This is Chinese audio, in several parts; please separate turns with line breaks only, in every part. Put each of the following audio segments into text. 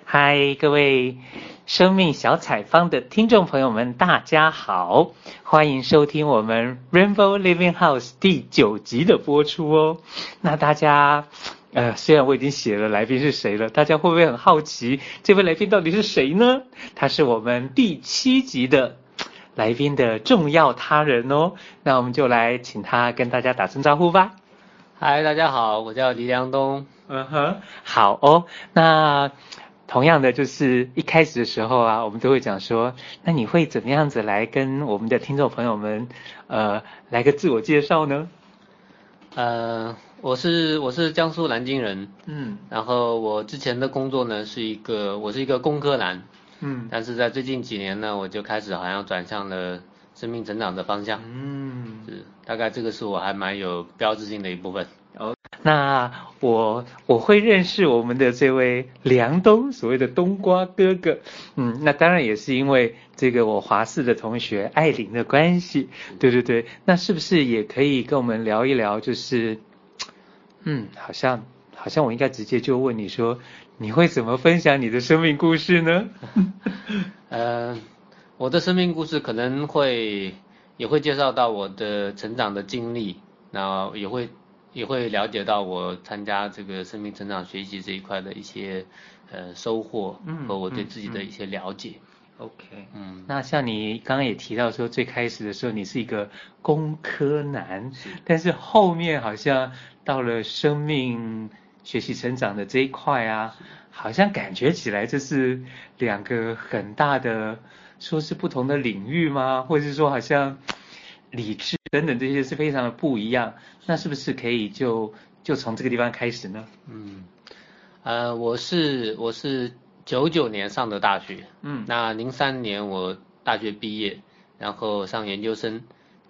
嗨，各位生命小采访的听众朋友们，大家好，欢迎收听我们 Rainbow Living House 第9集的播出哦。那大家，虽然我已经写了来宾是谁了，大家会不会很好奇这位来宾到底是谁呢？他是我们第7集的来宾的重要他人哦。那我们就来请他跟大家打声招呼吧。
嗨，大家好，我叫黎良东。
好哦。那同样的，就是一开始的时候啊，我们都会讲说，那你会怎么样子来跟我们的听众朋友们，来个自我介绍呢？
我是江苏南京人，然后我之前的工作呢我是一个工科男，但是在最近几年呢，我就开始好像转向了生命成长的方向，大概这个是我还蛮有标志性的一部分。
那我会认识我们的这位梁东，所谓的冬瓜哥哥，那当然也是因为这个我华四的同学艾琳的关系，对，那是不是也可以跟我们聊一聊，就是好像我应该直接就问你说，你会怎么分享你的生命故事呢？
我的生命故事可能也会介绍到我的成长的经历，然后也会了解到我参加这个生命成长学习这一块的一些收获和我对自己的一些了解。
OK，那像你刚刚也提到说，最开始的时候你是一个工科男，但是后面好像到了生命学习成长的这一块啊，好像感觉起来这是两个很大的，说是不同的领域吗？或者是说好像理智等等这些是非常的不一样，那是不是可以就从这个地方开始呢？
我是99年上的大学，那03年我大学毕业，然后上研究生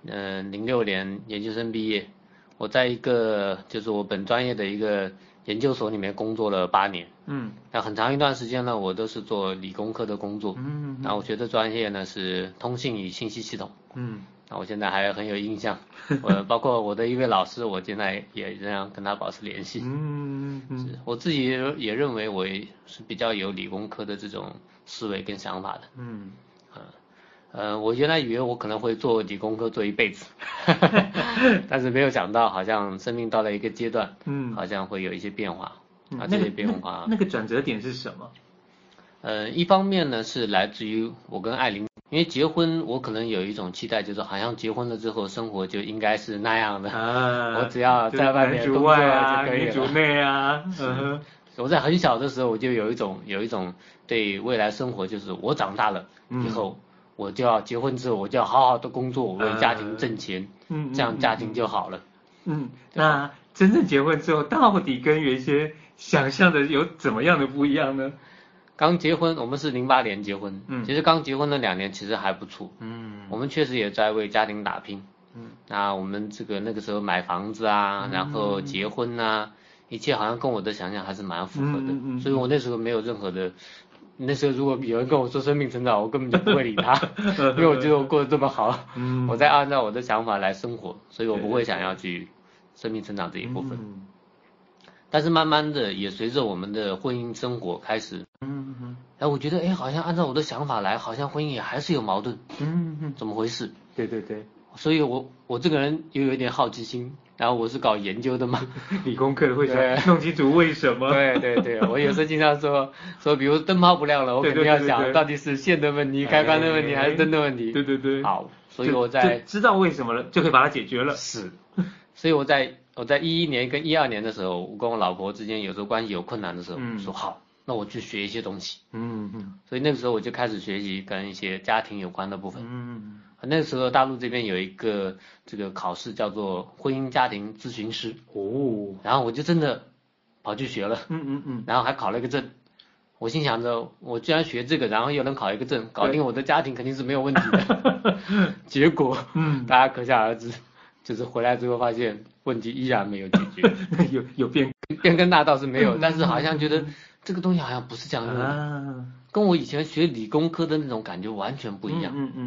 ，06年研究生毕业，我在一个就是我本专业的一个研究所里面工作了8年，那很长一段时间呢，我都是做理工科的工作，然后我学的专业呢是通信与信息系统，那我现在还很有印象，包括我的一位老师，我现在也仍然跟他保持联系。我自己也认为我是比较有理工科的这种思维跟想法的。我原来以为我可能会做理工科做一辈子，但是没有想到，好像生命到了一个阶段，好像会有一些变化。这些变化，
那个转折点是什么？
一方面呢是来自于我跟艾琳，因为结婚，我可能有一种期待，就是好像结婚了之后生活就应该是那样的，我只要在外面工作就可以了，
女主内啊。
我在很小的时候我就有一种对未来生活，就是我长大了以后，我就要结婚之后我就要好好的工作，为家庭挣钱，这样家庭就好了。
那真正结婚之后，到底跟原先想象的有怎么样的不一样呢？
刚结婚，我们是08年结婚，其实刚结婚的2年其实还不错，我们确实也在为家庭打拼，那我们那个时候买房子啊，然后结婚啊，一切好像跟我的想象还是蛮符合的，所以我那时候没有任何的，那时候如果有人跟我说生命成长，我根本就不会理他，因为我觉得我过得这么好，我在按照我的想法来生活，所以我不会想要去生命成长这一部分。但是慢慢的也随着我们的婚姻生活开始，我觉得好像按照我的想法来，好像婚姻也还是有矛盾，怎么回事？
对，
所以我这个人又有一点好奇心，然后我是搞研究的嘛，
理工科的会想弄清楚为什么。
对，我有时候经常说，比如灯泡不亮了，我肯定要想到底是线的问题、开关的问题还是灯的问题。
对。
好，所以我
就知道为什么了，就可以把它解决了。
是，所以我在11年跟12年的时候，我跟我老婆之间有时候关系有困难的时候，说好，那我去学一些东西。所以那个时候我就开始学习跟一些家庭有关的部分。那个时候大陆这边有一个这个考试叫做婚姻家庭咨询师，然后我就真的跑去学了，然后还考了一个证。我心想着，我既然学这个，然后又能考一个证，搞定我的家庭肯定是没有问题的。结果，大家可想而知，就是回来之后发现问题依然没有解决，
有变
更大倒是没有，但是好像觉得这个东西好像不是这样用的，跟我以前学理工科的那种感觉完全不一样。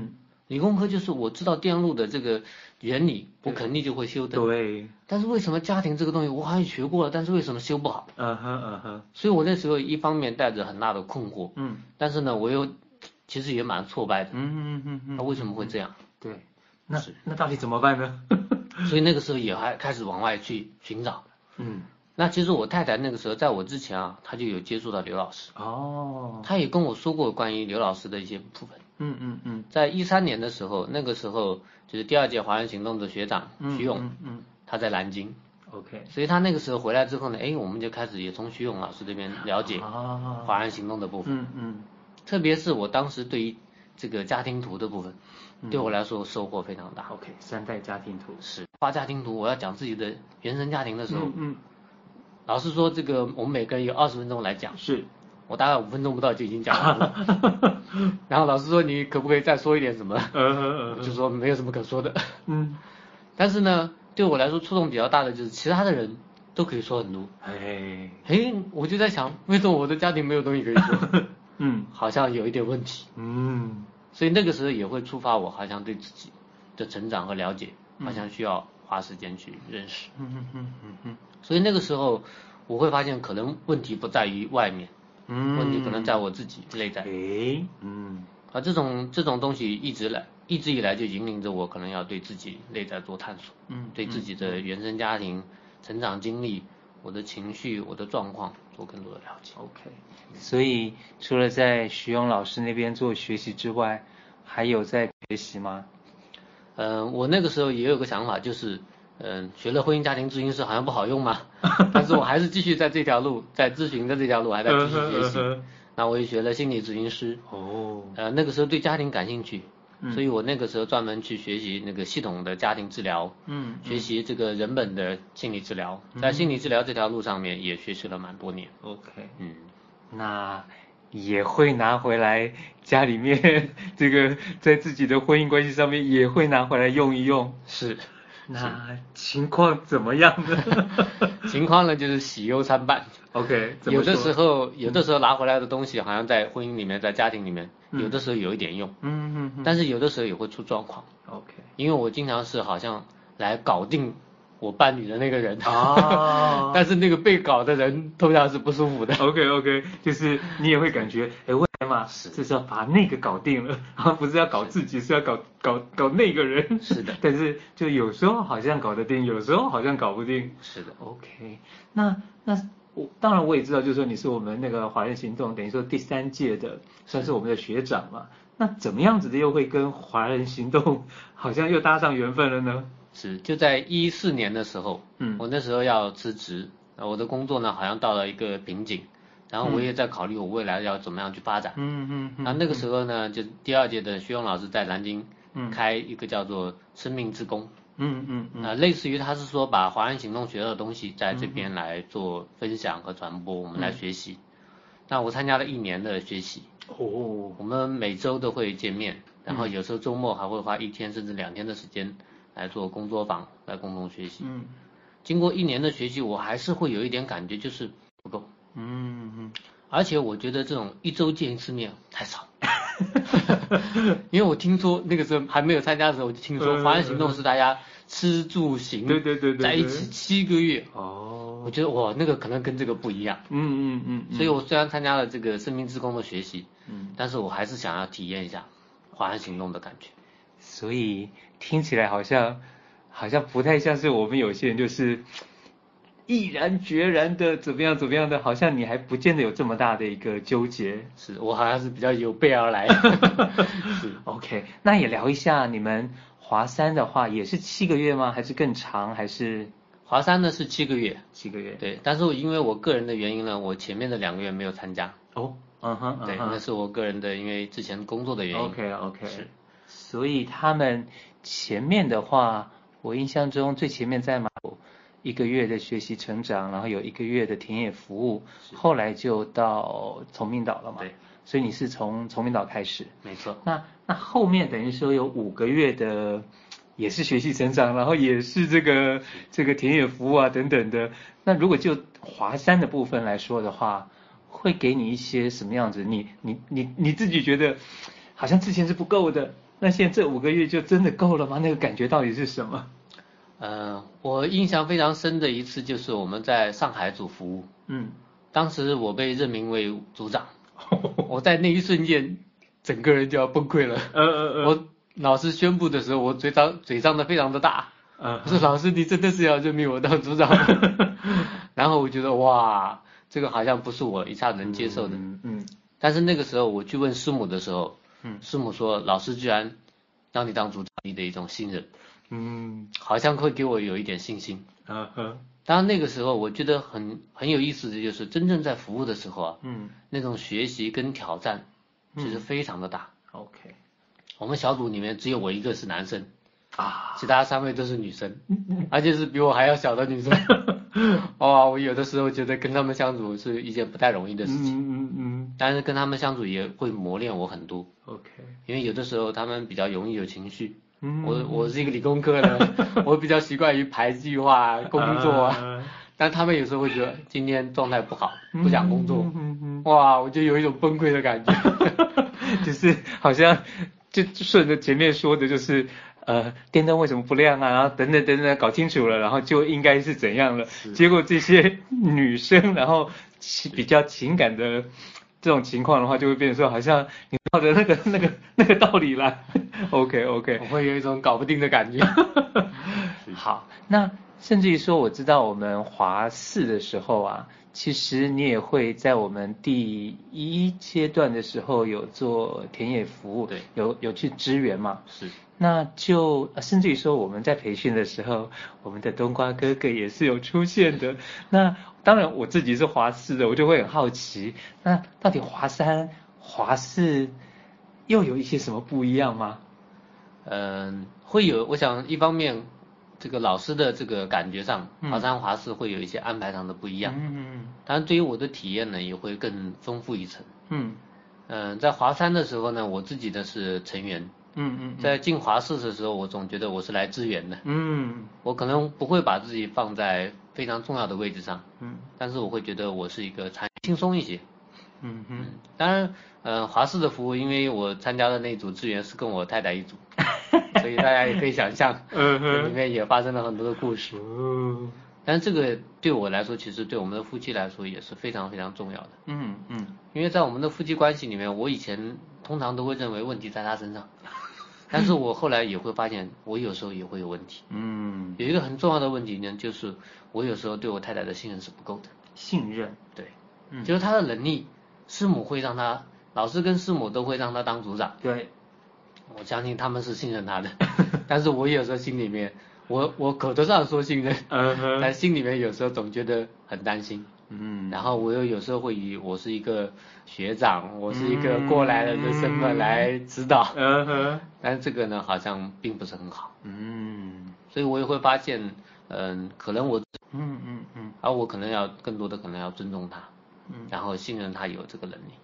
理工科就是我知道电路的这个原理，我肯定就会修的。
对。
但是为什么家庭这个东西我好像学过了，但是为什么修不好？所以我那时候一方面带着很大的困惑，但是呢，我又其实也蛮挫败的。那为什么会这样？
对。那到底怎么办呢？
所以那个时候也还开始往外去寻找。那其实我太太那个时候在我之前啊，她就有接触到刘老师。她也跟我说过关于刘老师的一些部分。在13年的时候，那个时候就是第2届华人行动的学长徐勇，他在南京。
OK。
所以他那个时候回来之后呢，我们就开始也从徐勇老师这边了解华人行动的部分。特别是我当时对于这个家庭图的部分，对我来说收获非常大。
OK， 3代家庭图。
是画家庭图，我要讲自己的原生家庭的时候，老师说这个我们每个人有20分钟来讲，
是
我大概5分钟不到就已经讲完了。然后老师说你可不可以再说一点什么？我就说没有什么可说的。但是呢，对我来说触动比较大的就是其他的人都可以说很多。我就在想，为什么我的家庭没有东西可以说？好像有一点问题。所以那个时候也会触发我，好像对自己的成长和了解，好像需要花时间去认识。所以那个时候我会发现，可能问题不在于外面，问题可能在我自己内在。这种东西一直以来就引领着我，可能要对自己内在做探索，对自己的原生家庭、成长经历、我的情绪、我的状况做更多的了解。
OK。所以除了在徐勇老师那边做学习之外，还有在学习吗？
我那个时候也有个想法，就是学了婚姻家庭咨询师好像不好用嘛，但是我还是继续在这条路，在咨询的这条路还在继续学习。那我也学了心理咨询师。那个时候对家庭感兴趣，所以我那个时候专门去学习那个系统的家庭治疗，学习这个人本的心理治疗，在心理治疗这条路上面也学习了蛮多年。
OK。那也会拿回来家里面这个在自己的婚姻关系上面也会拿回来用一用。
是。
那情况怎么样呢？
情况呢就是喜忧参半。
OK。
有的时候拿回来的东西好像在婚姻里面，在家庭里面，有的时候有一点用。但是有的时候也会出状况。
OK。
因为我经常是好像来搞定我伴侣的那个人。但是那个被搞的人通常是不舒服的。
OK。就是你也会感觉，未来嘛，是要把那个搞定了，不是要搞自己，是要搞那个人。
是的。
但是就有时候好像搞得定，有时候好像搞不定。
是的。
OK。那当然我也知道，就是说你是我们那个华人行动等于说第3届的，算是我们的学长嘛。那怎么样子的又会跟华人行动好像又搭上缘分了呢？
是就在14年的时候，我那时候要辞职，我的工作呢好像到了一个瓶颈，然后我也在考虑我未来要怎么样去发展。那个时候呢，就第2届的徐勇老师在南京开一个叫做生命之宫。类似于他是说把华人行动学到的东西在这边来做分享和传播，我们来学习。那我参加了1年的学习。我们每周都会见面，然后有时候周末还会花1天甚至2天的时间来做工作坊，来共同学习。经过1年的学习，我还是会有一点感觉就是不够。而且我觉得这种1周见1次面太少。因为我听说那个时候还没有参加的时候，我就听说华人行动是大家吃住行在一起7个月。我觉得哇，那个可能跟这个不一样。所以我虽然参加了这个生命之宫的学习，但是我还是想要体验一下华人行动的感觉。
所以听起来好像不太像是我们有些人就是毅然决然的怎么样的，好像你还不见得有这么大的一个纠结。
是我好像是比较有备而来。
是 OK。那也聊一下你们华3的话也是7个月吗？还是更长？还是
华3呢是7个月。
7个月。
对，但是因为我个人的原因呢，我前面的2个月没有参加。对，那是我个人的因为之前工作的原因。
OK。
是。
所以他们前面的话，我印象中最前面在1个月的学习成长，然后有1个月的田野服务，后来就到崇明岛了嘛。
对。
所以你是从崇明岛开始。
没错。
那后面等于说有5个月的也是学习成长，然后也是这个田野服务啊等等的。那如果就华3的部分来说的话，会给你一些什么样子？你自己觉得好像之前是不够的， 那现在这5个月就真的够了吗？那个感觉到底是什么？
我印象非常深的一次就是我们在上海组服务，当时我被任命为组长，我在那一瞬间整个人就要崩溃了。我老师宣布的时候，我嘴张得非常的大，我说老师你真的是要任命我当组长吗？然后我觉得哇，这个好像不是我一下能接受的。但是那个时候我去问师母的时候，师母说老师居然让你当组长，你的一种信任，好像会给我有一点信心。当然那个时候我觉得很有意思的就是真正在服务的时候啊，那种学习跟挑战其实非常的大。
OK，
我们小组里面只有我一个是男生啊，其他3位都是女生，而且是比我还要小的女生。我有的时候觉得跟他们相处是一件不太容易的事情。但是跟他们相处也会磨练我很多。
OK，
因为有的时候他们比较容易有情绪。我是一个理工科的，我比较习惯于排计划工作啊，但他们有时候会觉得今天状态不好，不想工作，我就有一种崩溃的感觉。
就是好像就顺着前面说的，就是电灯为什么不亮啊，然后等等搞清楚了，然后就应该是怎样了。结果这些女生，然后比较情感的这种情况的话，就会变成说好像你照着那个道理来。OK，
我会有一种搞不定的感觉。
好，那甚至于说我知道我们华4的时候啊，其实你也会在我们第1阶段的时候有做田野服务，
对，
有去支援嘛？
是。
那就甚至于说我们在培训的时候，我们的冬瓜哥哥也是有出现的。那当然我自己是华4的，我就会很好奇，那到底华3、华4又有一些什么不一样吗？
会有，我想一方面这个老师的这个感觉上，华3、华4会有一些安排上的不一样。当然对于我的体验呢，也会更丰富一层。在华3的时候呢，我自己的是成员。在进华4的时候，我总觉得我是来支援的。我可能不会把自己放在非常重要的位置上。但是我会觉得我是一个轻松一些。当然，华4的服务，因为我参加的那组支援是跟我太太一组，所以大家也可以想象，这里面也发生了很多的故事。但是这个对我来说，其实对我们的夫妻来说也是非常非常重要的。因为在我们的夫妻关系里面，我以前通常都会认为问题在他身上，但是我后来也会发现，我有时候也会有问题。有一个很重要的问题呢，就是我有时候对我太太的信任是不够的。
信任，
对，就是她的能力，师母会让她，老师跟师母都会让她当组长。
对，
我相信他们是信任她的，但是我有时候心里面，我口头上说信任，但心里面有时候总觉得很担心。然后我又有时候会以我是一个学长，我是一个过来人的身份来指导。但是这个呢，好像并不是很好。所以我也会发现，可能我，而我可能要更多的可能要尊重他，然后信任他有这个能力。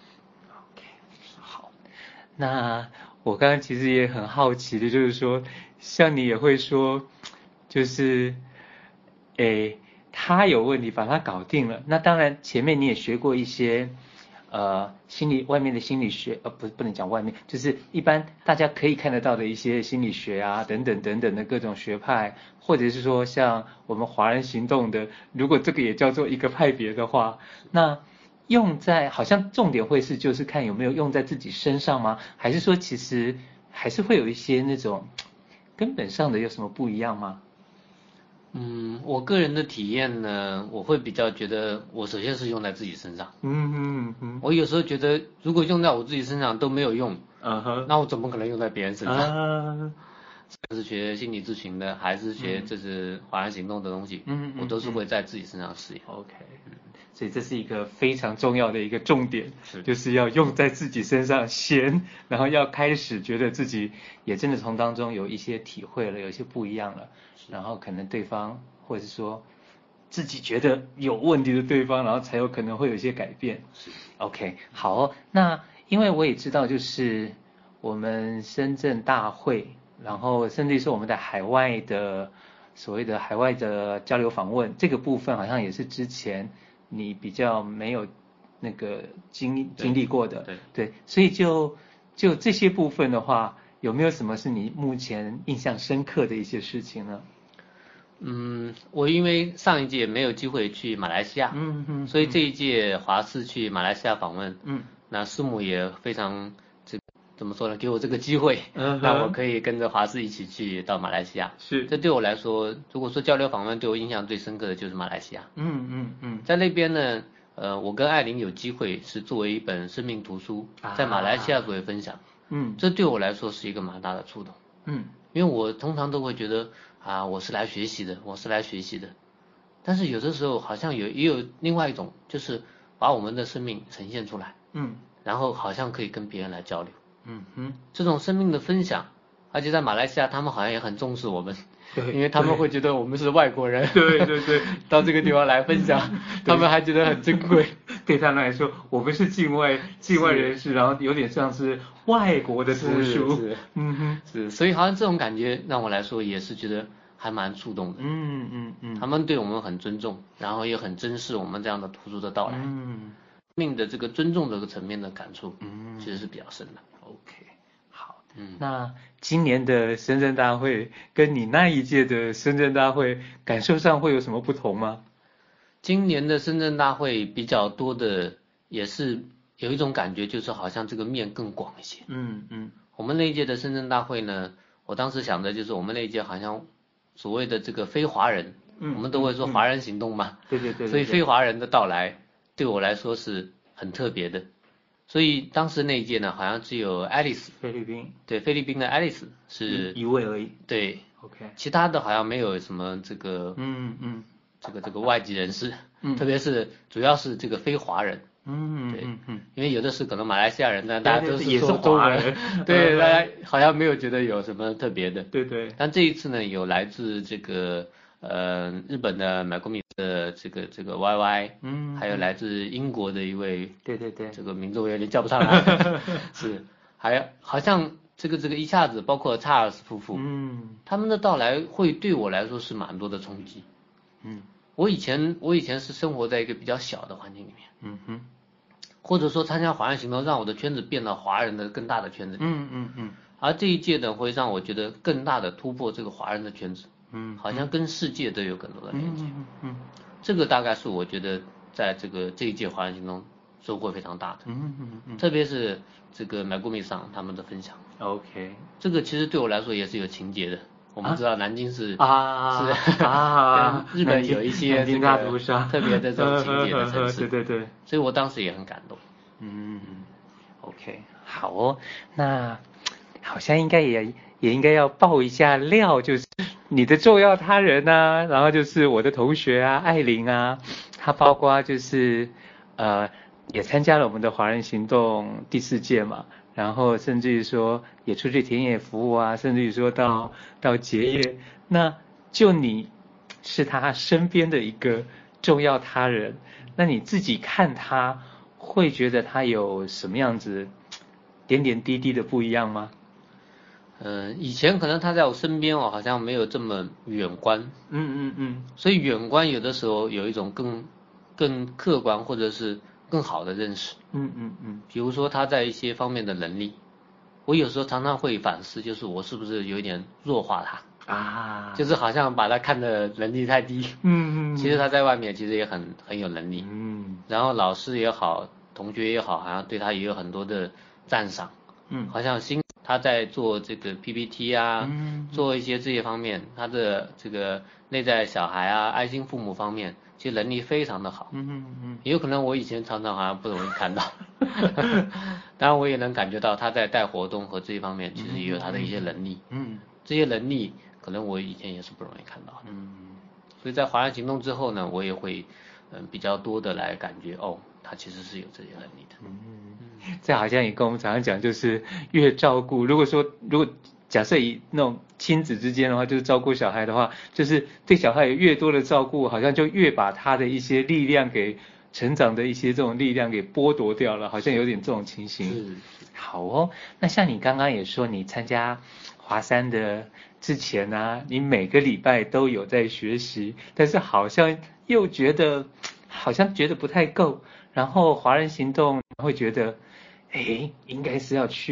OK， 好。那我刚刚其实也很好奇的，就是说，像你也会说，就是，他有问题，把他搞定了。那当然，前面你也学过一些，外面的心理学，不能讲外面，就是一般大家可以看得到的一些心理学啊，等等的各种学派，或者是说像我们华人行动的，如果这个也叫做一个派别的话，那用在好像重点会是就是看有没有用在自己身上吗？还是说其实还是会有一些那种根本上的有什么不一样吗？
我个人的体验呢，我会比较觉得我首先是用在自己身上。我有时候觉得如果用在我自己身上都没有用，那我怎么可能用在别人身上？是学心理咨询的，还是学这是华人行动的东西，我都是会在自己身上试验。
OK，所以这是一个非常重要的一个重点，就是要用在自己身上先，然后要开始觉得自己也真的从当中有一些体会了，有一些不一样了，然后可能对方或者是说自己觉得有问题的对方，然后才有可能会有一些改变。OK， 好哦，那因为我也知道就是我们深圳大会，然后甚至是我们的海外的所谓的海外的交流访问这个部分，好像也是之前你比较没有那个经历过的，对，所以就这些部分的话， 有没有什么是你目前印象深刻的一些事情呢？
我因为上一届没有机会去马来西亚，所以这一届华视去马来西亚访问，那师母也非常怎么说呢，给我这个机会，那我可以跟着华视一起去到马来西亚。
是，
这对我来说，如果说交流访问对我印象最深刻的就是马来西亚。在那边呢，我跟艾琳有机会是作为一本生命图书，在马来西亚作为分享。这对我来说是一个蛮大的触动。因为我通常都会觉得我是来学习的，但是有的时候好像也有另外一种，就是把我们的生命呈现出来，然后好像可以跟别人来交流。这种生命的分享，而且在马来西亚他们好像也很重视我们，因为他们会觉得我们是外国人，
对，
到这个地方来分享，他们还觉得很珍贵。
对他们来说，我们是境外人士，然后有点像是外国的图书。
是，所以好像这种感觉让我来说也是觉得还蛮触动的。他们对我们很尊重，然后也很珍视我们这样的图书的到来。命的这个尊重这个层面的感触，其实是比较深的。
OK， 好，那今年的深圳大会跟你那一届的深圳大会感受上会有什么不同吗？
今年的深圳大会比较多的也是有一种感觉，就是好像这个面更广一些。我们那一届的深圳大会呢，我当时想的就是我们那一届好像所谓的这个非华人，我们都会说华人行动嘛。
对。
所以非华人的到来对我来说是很特别的。所以当时那一届呢，好像只有爱丽丝，菲律宾的爱丽丝是
一位而已。
对
，OK，
其他的好像没有什么这个这个外籍人士，特别是主要是这个非华人。对，因为有的是可能马来西亚人呢，大家都是说中文，对，大家好像没有觉得有什么特别的。
对。
但这一次呢，有来自这个日本的买国米的这个 YY，还有来自英国的一位，
对，
这个名字我有点叫不上来，是，好像这个一下子包括查尔斯夫妇，他们的到来会对我来说是蛮多的冲击。我以前是生活在一个比较小的环境里面，或者说参加华人行动让我的圈子变到华人的更大的圈子里，而这一届呢会让我觉得更大的突破这个华人的圈子，好像跟世界都有更多的连接，这个大概是我觉得在这一届华人行动收获非常大的，特别是这个买古米桑他们的分享
，OK，
这个其实对我来说也是有情节的。我们知道南京是跟日本有一些这个特别的这种情节的城市，
对，
所以我当时也很感动。
OK， 好哦，那好像应该也应该要爆一下料，就是你的重要他人啊，然后就是我的同学啊，艾琳啊，他包括就是也参加了我们的华人行动第4届嘛。然后甚至于说也出去田野服务啊，甚至于说到结业，那就你是他身边的一个重要他人，那你自己看他会觉得他有什么样子点点滴滴的不一样吗？
以前可能他在我身边好像没有这么远观，所以远观有的时候有一种更客观或者是更好的认识，比如说他在一些方面的能力，我有时候常常会反思，就是我是不是有一点弱化他啊，就是好像把他看的能力太低，其实他在外面其实也很有能力，然后老师也好，同学也好，好像对他也有很多的赞赏，好像他在做这个 PPT 啊，做一些这些方面，他的这个内在小孩啊，爱心父母方面。其实能力非常的好，也有可能我以前常常好像不容易看到，当然我也能感觉到他在带活动和这一方面其实也有他的一些能力，这些能力可能我以前也是不容易看到的，所以在华人行动之后呢，我也会比较多的来感觉他其实是有这些能力的，
这好像也跟我们常常讲，就是越照顾，如果假设以那种亲子之间的话，就是照顾小孩的话，就是对小孩有越多的照顾，好像就越把他的一些力量给成长的一些这种力量给剥夺掉了，好像有点这种情形。好哦，那像你刚刚也说，你参加华山的之前啊，你每个礼拜都有在学习，但是好像觉得不太够，然后华人行动会觉得，应该是要去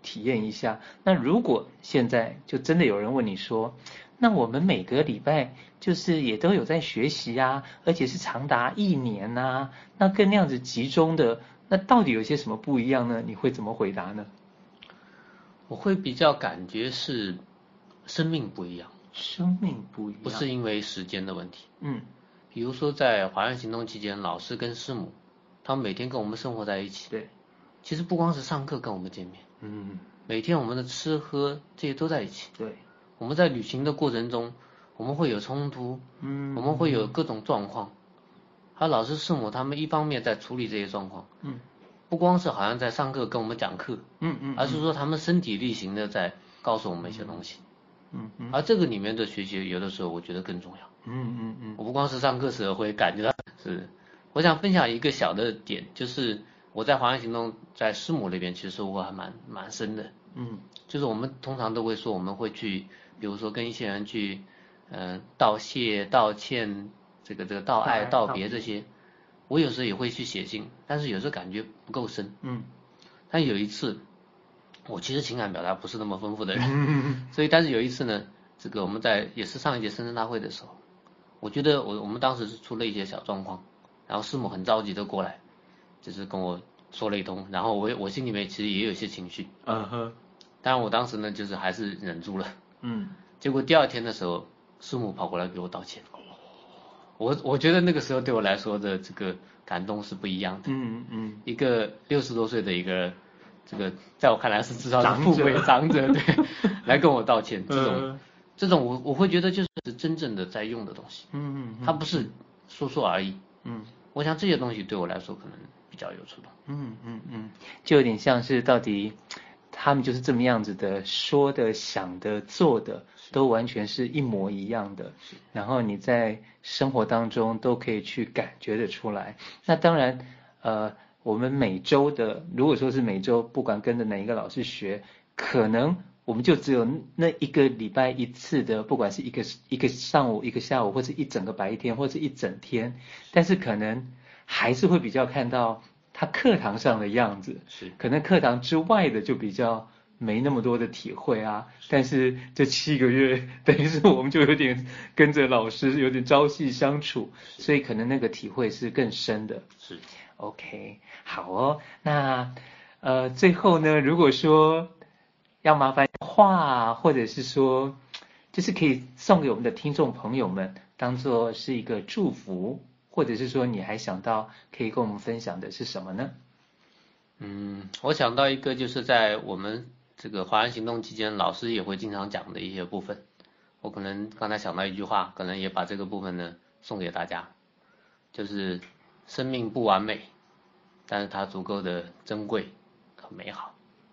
体验一下。那如果现在就真的有人问你说，那我们每个礼拜就是也都有在学习啊，而且是长达1年啊，那跟那样子集中的，那到底有些什么不一样呢？你会怎么回答呢？
我会比较感觉是生命不一样，
生命不一样，
不是因为时间的问题。
嗯，
比如说在华人行动期间，老师跟师母，他们每天跟我们生活在一起。
对，
其实不光是上课跟我们见面，每天我们的吃喝这些都在一起。
对，
我们在旅行的过程中，我们会有冲突，我们会有各种状况，而老师师母他们一方面在处理这些状况，不光是好像在上课跟我们讲课，而是说他们身体力行的在告诉我们一些东西，而这个里面的学习有的时候我觉得更重要，我不光是上课时会感觉到是，我想分享一个小的点，就是我在华人行动在师母那边其实收获还蛮深的，就是我们通常都会说我们会去，比如说跟一些人去，道谢、道歉，这个道爱、道别这些，我有时候也会去写信，但是有时候感觉不够深，但有一次，我其实情感表达不是那么丰富的人，所以但是有一次呢，这个我们也是上一届生日大会的时候，我觉得我们当时是出了一些小状况，然后师母很着急的过来，就是跟我说了一通，然后我心里面其实也有一些情绪，当然我当时呢就是还是忍住了，结果第二天的时候，师母跑过来给我道歉，我觉得那个时候对我来说的这个感动是不一样的，一个60多岁的一个这个在我看来是至少是父辈长者对，来跟我道歉，这种我会觉得就是真正的在用的东西，他不是说说而已，我想这些东西对我来说可能比较有触动，
就有点像是到底他们就是这么样子的，说的、想的、做的都完全是一模一样的，然后你在生活当中都可以去感觉得出来。那当然，我们每周的，如果说是每周，不管跟着哪一个老师学，可能我们就只有那一个礼拜一次的，不管是一个上午、一个下午，或是一整个白天，或是一整天，但是可能还是会比较看到他课堂上的样子，可能课堂之外的就比较没那么多的体会啊。但是这7个月，等于是我们就有点跟着老师有点朝夕相处，所以可能那个体会是更深的。
是
，OK， 好哦。那最后呢，如果说要麻烦话，或者是说，就是可以送给我们的听众朋友们，当做是一个祝福。或者是说你还想到可以跟我们分享的是什么呢？
我想到一个就是在我们这个华人行动期间，老师也会经常讲的一些部分。我可能刚才想到一句话，可能也把这个部分呢送给大家，就是生命不完美，但是它足够的珍贵和美好。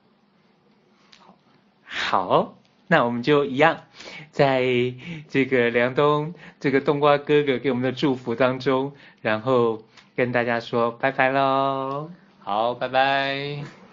好。那我们就一样，在这个梁冬这个冬瓜哥哥给我们的祝福当中，然后跟大家说拜拜喽。
好，拜拜。